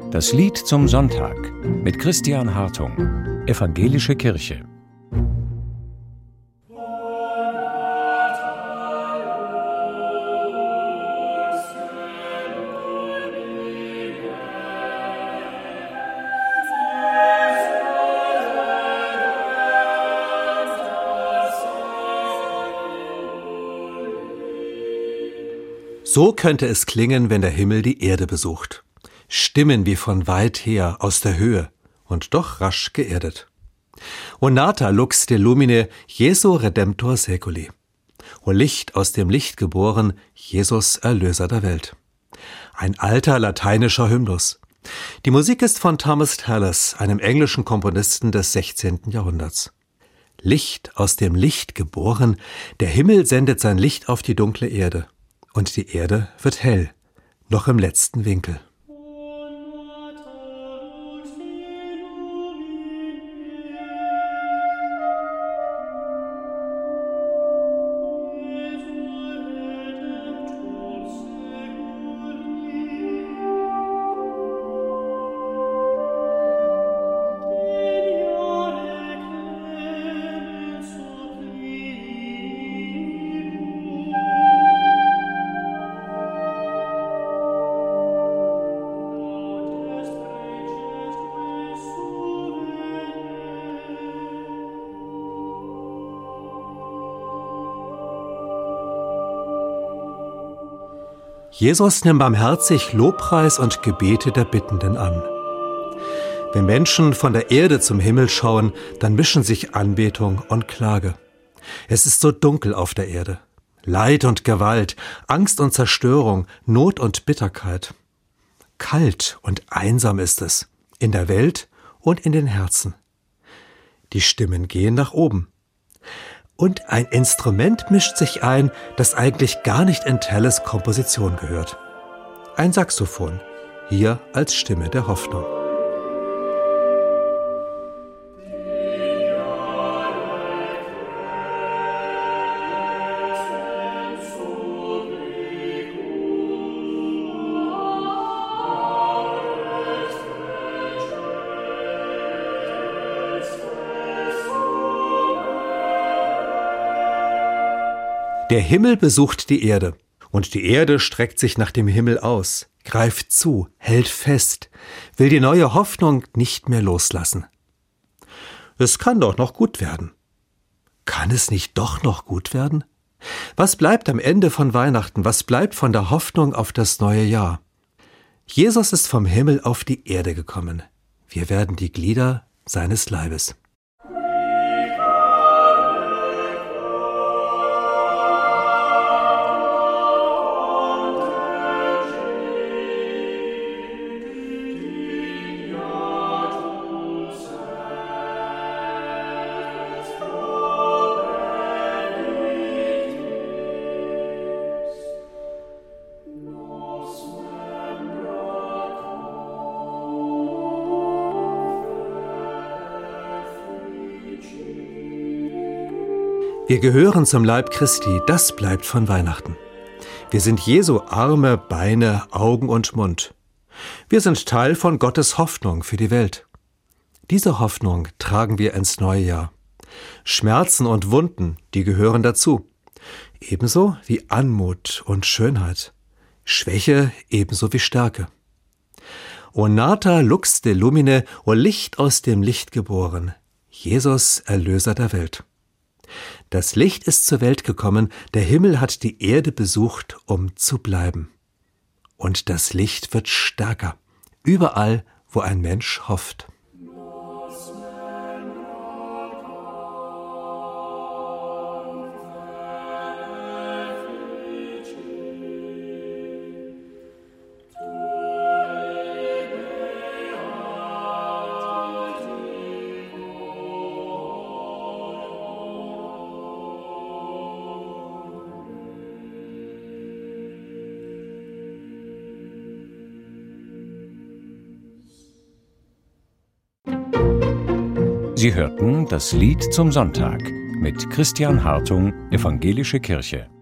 Das Lied zum Sonntag mit Christian Hartung, Evangelische Kirche. So könnte es klingen, wenn der Himmel die Erde besucht. Stimmen wie von weit her, aus der Höhe und doch rasch geerdet. O nata lux de lumine, Jesu Redemptor seculi. O Licht aus dem Licht geboren, Jesus Erlöser der Welt. Ein alter lateinischer Hymnus. Die Musik ist von Thomas Tallis, einem englischen Komponisten des 16. Jahrhunderts. Licht aus dem Licht geboren, der Himmel sendet sein Licht auf die dunkle Erde. Und die Erde wird hell, noch im letzten Winkel. Jesus nimmt barmherzig Lobpreis und Gebete der Bittenden an. Wenn Menschen von der Erde zum Himmel schauen, dann mischen sich Anbetung und Klage. Es ist so dunkel auf der Erde. Leid und Gewalt, Angst und Zerstörung, Not und Bitterkeit. Kalt und einsam ist es, in der Welt und in den Herzen. Die Stimmen gehen nach oben. Und ein Instrument mischt sich ein, das eigentlich gar nicht in Tallis' Komposition gehört. Ein Saxophon, hier als Stimme der Hoffnung. Der Himmel besucht die Erde, und die Erde streckt sich nach dem Himmel aus, greift zu, hält fest, will die neue Hoffnung nicht mehr loslassen. Es kann doch noch gut werden. Kann es nicht doch noch gut werden? Was bleibt am Ende von Weihnachten? Was bleibt von der Hoffnung auf das neue Jahr? Jesus ist vom Himmel auf die Erde gekommen. Wir werden die Glieder seines Leibes. Wir gehören zum Leib Christi, das bleibt von Weihnachten. Wir sind Jesu Arme, Beine, Augen und Mund. Wir sind Teil von Gottes Hoffnung für die Welt. Diese Hoffnung tragen wir ins neue Jahr. Schmerzen und Wunden, die gehören dazu. Ebenso wie Anmut und Schönheit. Schwäche ebenso wie Stärke. O nata lux de lumine, o Licht aus dem Licht geboren. Jesus, Erlöser der Welt. Das Licht ist zur Welt gekommen, der Himmel hat die Erde besucht, um zu bleiben. Und das Licht wird stärker, überall, wo ein Mensch hofft. Sie hörten das Lied zum Sonntag mit Christian Hartung, Evangelische Kirche.